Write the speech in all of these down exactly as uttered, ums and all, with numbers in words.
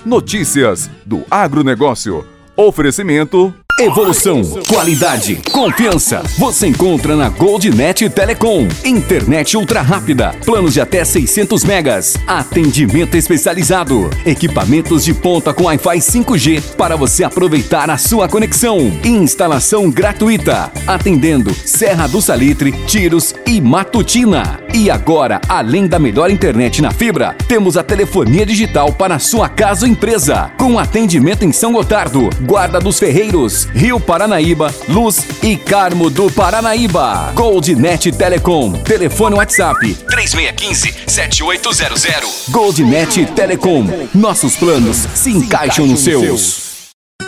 Notícias do agronegócio. Oferecimento... Evolução, qualidade, confiança. Você encontra na Goldnet Telecom. Internet ultra rápida, planos de até seiscentos megas. Atendimento especializado. Equipamentos de ponta com Wi-Fi cinco G para você aproveitar a sua conexão. Instalação gratuita. Atendendo Serra do Salitre, Tiros e Matutina. E agora, além da melhor internet na fibra, temos a telefonia digital para a sua casa ou empresa. Com atendimento em São Gotardo, Guarda dos Ferreiros, Rio Paranaíba, Luz e Carmo do Paranaíba. Goldnet Telecom. Telefone WhatsApp três seis um cinco, sete oito zero zero. Goldnet Telecom. Nossos planos se encaixam nos seus.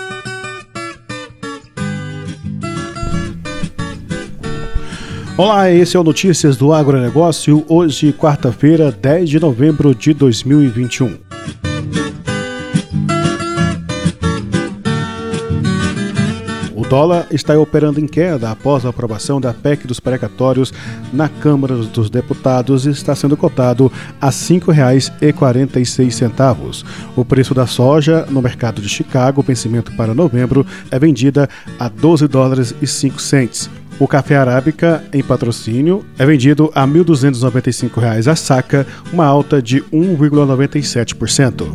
Olá, esse é o Notícias do Agronegócio. Hoje, quarta-feira, dez de novembro de dois mil e vinte e um. O dólar está operando em queda após a aprovação da P E C dos precatórios na Câmara dos Deputados e está sendo cotado a cinco reais e quarenta e seis centavos. O preço da soja no mercado de Chicago, vencimento para novembro, é vendida a doze dólares e cinco centavos. O café arábica em patrocínio é vendido a mil duzentos e noventa e cinco reais a saca, uma alta de um vírgula noventa e sete por cento.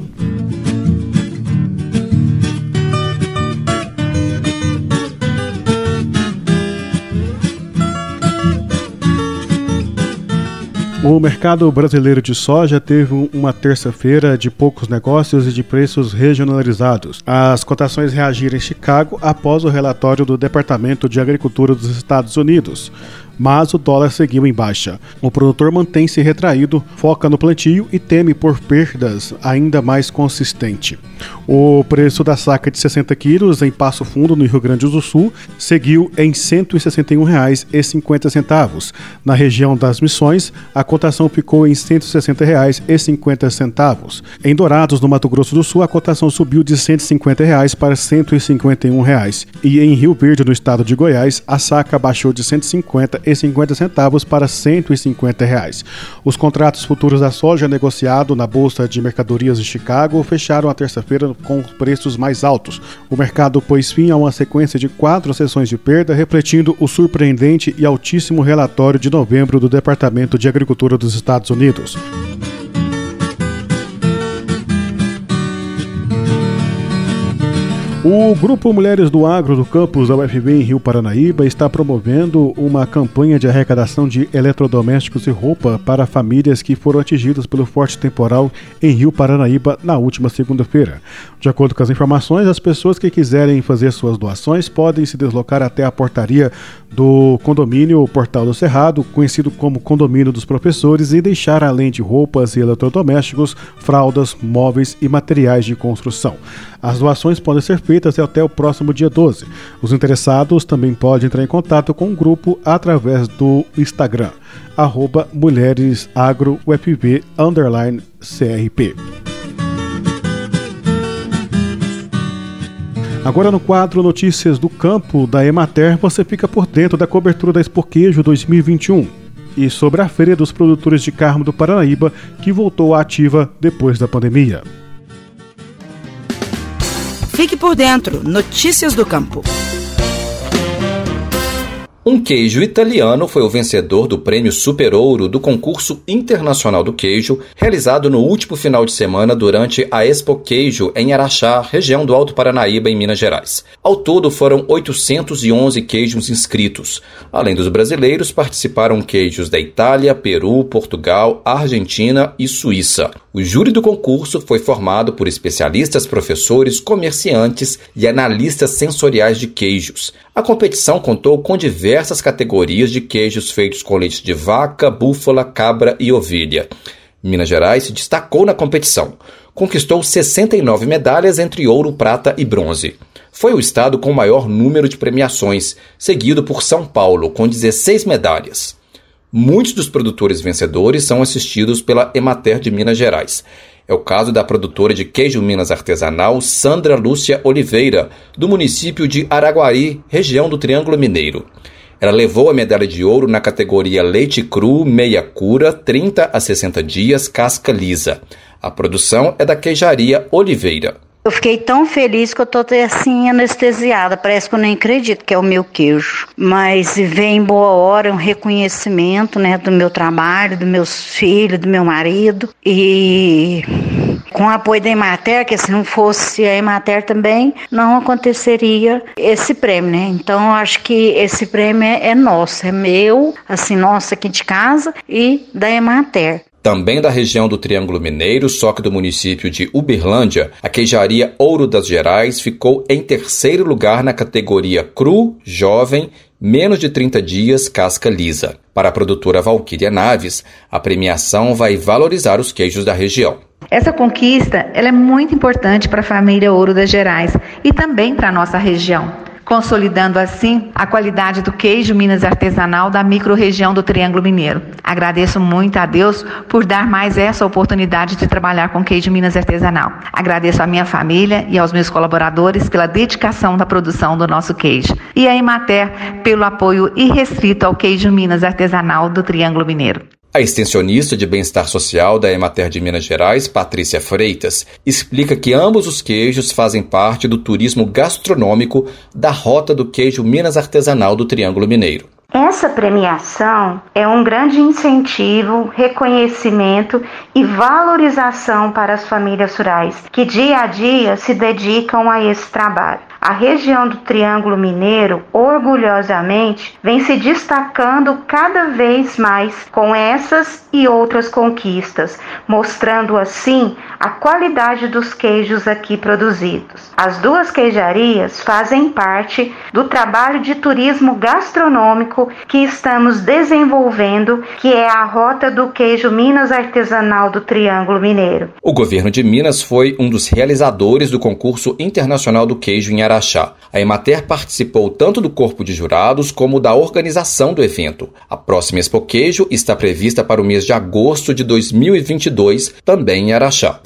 O mercado brasileiro de soja teve uma terça-feira de poucos negócios e de preços regionalizados. As cotações reagiram em Chicago após o relatório do Departamento de Agricultura dos Estados Unidos, mas o dólar seguiu em baixa. O produtor mantém-se retraído, foca no plantio e teme por perdas ainda mais consistente. O preço da saca de sessenta quilos em Passo Fundo, no Rio Grande do Sul, seguiu em cento e sessenta e um reais e cinquenta centavos. Na região das Missões, a cotação ficou em cento e sessenta reais e cinquenta centavos. Em Dourados, no Mato Grosso do Sul, a cotação subiu de cento e cinquenta reais para cento e cinquenta e um reais. E em Rio Verde, no estado de Goiás, a saca baixou de cento e cinquenta e cinquenta centavos para cento e cinquenta reais. Os contratos futuros da soja negociado na Bolsa de Mercadorias de Chicago fecharam a terça-feira com preços mais altos. O mercado pôs fim a uma sequência de quatro sessões de perda, refletindo o surpreendente e altíssimo relatório de novembro do Departamento de Agricultura dos Estados Unidos. O Grupo Mulheres do Agro do campus da U F V em Rio Paranaíba está promovendo uma campanha de arrecadação de eletrodomésticos e roupa para famílias que foram atingidas pelo forte temporal em Rio Paranaíba na última segunda-feira. De acordo com as informações, as pessoas que quiserem fazer suas doações podem se deslocar até a portaria do condomínio Portal do Cerrado, conhecido como Condomínio dos Professores, e deixar, além de roupas e eletrodomésticos, fraldas, móveis e materiais de construção. As doações podem ser feitas até o próximo dia doze. Os interessados também podem entrar em contato com o grupo através do Instagram, arroba mulheresagro.ufv underline CRP. Agora no quadro Notícias do Campo da Emater, você fica por dentro da cobertura da Expo Queijo dois mil e vinte e um e sobre a Feira dos Produtores de Carmo do Paranaíba, que voltou à ativa depois da pandemia. Fique por dentro. Notícias do Campo. Um queijo italiano foi o vencedor do Prêmio Super Ouro do Concurso Internacional do Queijo, realizado no último final de semana durante a Expo Queijo em Araxá, região do Alto Paranaíba, em Minas Gerais. Ao todo, foram oitocentos e onze queijos inscritos. Além dos brasileiros, participaram queijos da Itália, Peru, Portugal, Argentina e Suíça. O júri do concurso foi formado por especialistas, professores, comerciantes e analistas sensoriais de queijos. A competição contou com diversas categorias de queijos feitos com leite de vaca, búfala, cabra e ovelha. Minas Gerais se destacou na competição. Conquistou sessenta e nove medalhas entre ouro, prata e bronze. Foi o estado com o maior número de premiações, seguido por São Paulo, com dezesseis medalhas. Muitos dos produtores vencedores são assistidos pela Emater de Minas Gerais. É o caso da produtora de queijo Minas artesanal Sandra Lúcia Oliveira, do município de Araguari, região do Triângulo Mineiro. Ela levou a medalha de ouro na categoria leite cru, meia cura, trinta a sessenta dias, casca lisa. A produção é da queijaria Oliveira. Eu fiquei tão feliz que eu tô assim anestesiada, parece que eu nem acredito que é o meu queijo. Mas vem em boa hora um reconhecimento, né, do meu trabalho, dos meus filhos, do meu marido. E com o apoio da Emater, que se não fosse a Emater também, não aconteceria esse prêmio, né? Então eu acho que esse prêmio é, é nosso, é meu, assim, nosso aqui de casa e da Emater. Também da região do Triângulo Mineiro, só que do município de Uberlândia, a queijaria Ouro das Gerais ficou em terceiro lugar na categoria Cru, Jovem, menos de trinta dias, casca lisa. Para a produtora Valquíria Naves, a premiação vai valorizar os queijos da região. Essa conquista ela é muito importante para a família Ouro das Gerais e também para a nossa região, consolidando assim a qualidade do queijo Minas artesanal da micro-região do Triângulo Mineiro. Agradeço muito a Deus por dar mais essa oportunidade de trabalhar com queijo Minas artesanal. Agradeço à minha família e aos meus colaboradores pela dedicação da produção do nosso queijo. E a Emater pelo apoio irrestrito ao queijo Minas artesanal do Triângulo Mineiro. A extensionista de bem-estar social da Emater de Minas Gerais, Patrícia Freitas, explica que ambos os queijos fazem parte do turismo gastronômico da Rota do Queijo Minas Artesanal do Triângulo Mineiro. Essa premiação é um grande incentivo, reconhecimento e valorização para as famílias rurais que dia a dia se dedicam a esse trabalho. A região do Triângulo Mineiro, orgulhosamente, vem se destacando cada vez mais com essas e outras conquistas, mostrando assim a qualidade dos queijos aqui produzidos. As duas queijarias fazem parte do trabalho de turismo gastronômico que estamos desenvolvendo, que é a Rota do Queijo Minas Artesanal do Triângulo Mineiro. O governo de Minas foi um dos realizadores do concurso internacional do queijo em Araxá. A Emater participou tanto do corpo de jurados como da organização do evento. A próxima Expo Queijo está prevista para o mês de agosto de dois mil e vinte e dois, também em Araxá.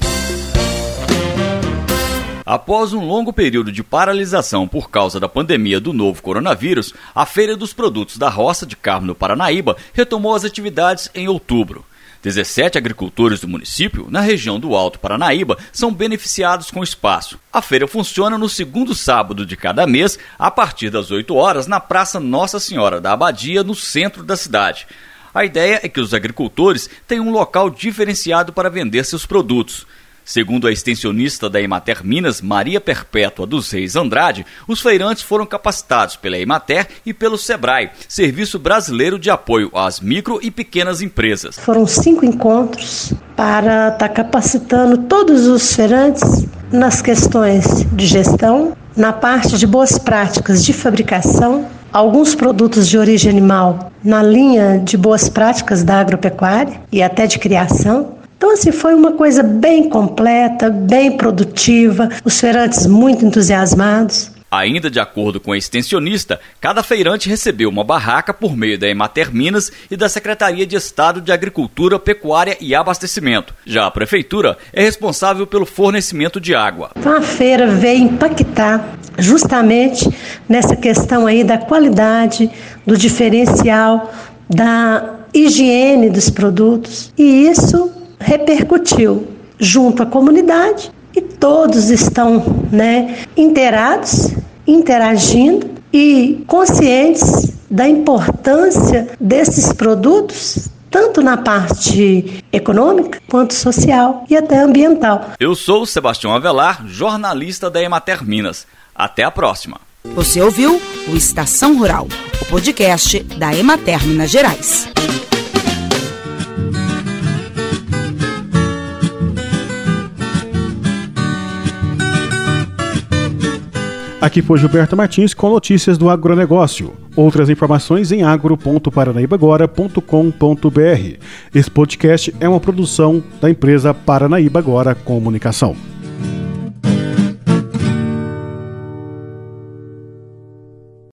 Após um longo período de paralisação por causa da pandemia do novo coronavírus, a Feira dos Produtos da Roça de Carmo, no Paranaíba, retomou as atividades em outubro. dezessete agricultores do município, na região do Alto Paranaíba, são beneficiados com espaço. A feira funciona no segundo sábado de cada mês, a partir das oito horas, na Praça Nossa Senhora da Abadia, no centro da cidade. A ideia é que os agricultores tenham um local diferenciado para vender seus produtos. Segundo a extensionista da Emater Minas, Maria Perpétua dos Reis Andrade, os feirantes foram capacitados pela Emater e pelo SEBRAE, Serviço Brasileiro de Apoio às Micro e Pequenas Empresas. Foram cinco encontros para estar capacitando todos os feirantes nas questões de gestão, na parte de boas práticas de fabricação, alguns produtos de origem animal na linha de boas práticas da agropecuária e até de criação. Então, assim, foi uma coisa bem completa, bem produtiva, os feirantes muito entusiasmados. Ainda de acordo com a extensionista, cada feirante recebeu uma barraca por meio da Emater Minas e da Secretaria de Estado de Agricultura, Pecuária e Abastecimento. Já a Prefeitura é responsável pelo fornecimento de água. Então, a feira veio impactar justamente nessa questão aí da qualidade, do diferencial, da higiene dos produtos. E isso repercutiu junto à comunidade e todos estão, né, inteirados, interagindo e conscientes da importância desses produtos, tanto na parte econômica quanto social e até ambiental. Eu sou Sebastião Avelar, jornalista da Emater Minas. Até a próxima. Você ouviu o Estação Rural, o podcast da Emater Minas Gerais. Aqui foi Gilberto Martins com notícias do agronegócio. Outras informações em agro ponto paranaíbaagora ponto com ponto br. Esse podcast é uma produção da empresa Paranaíba Agora Comunicação.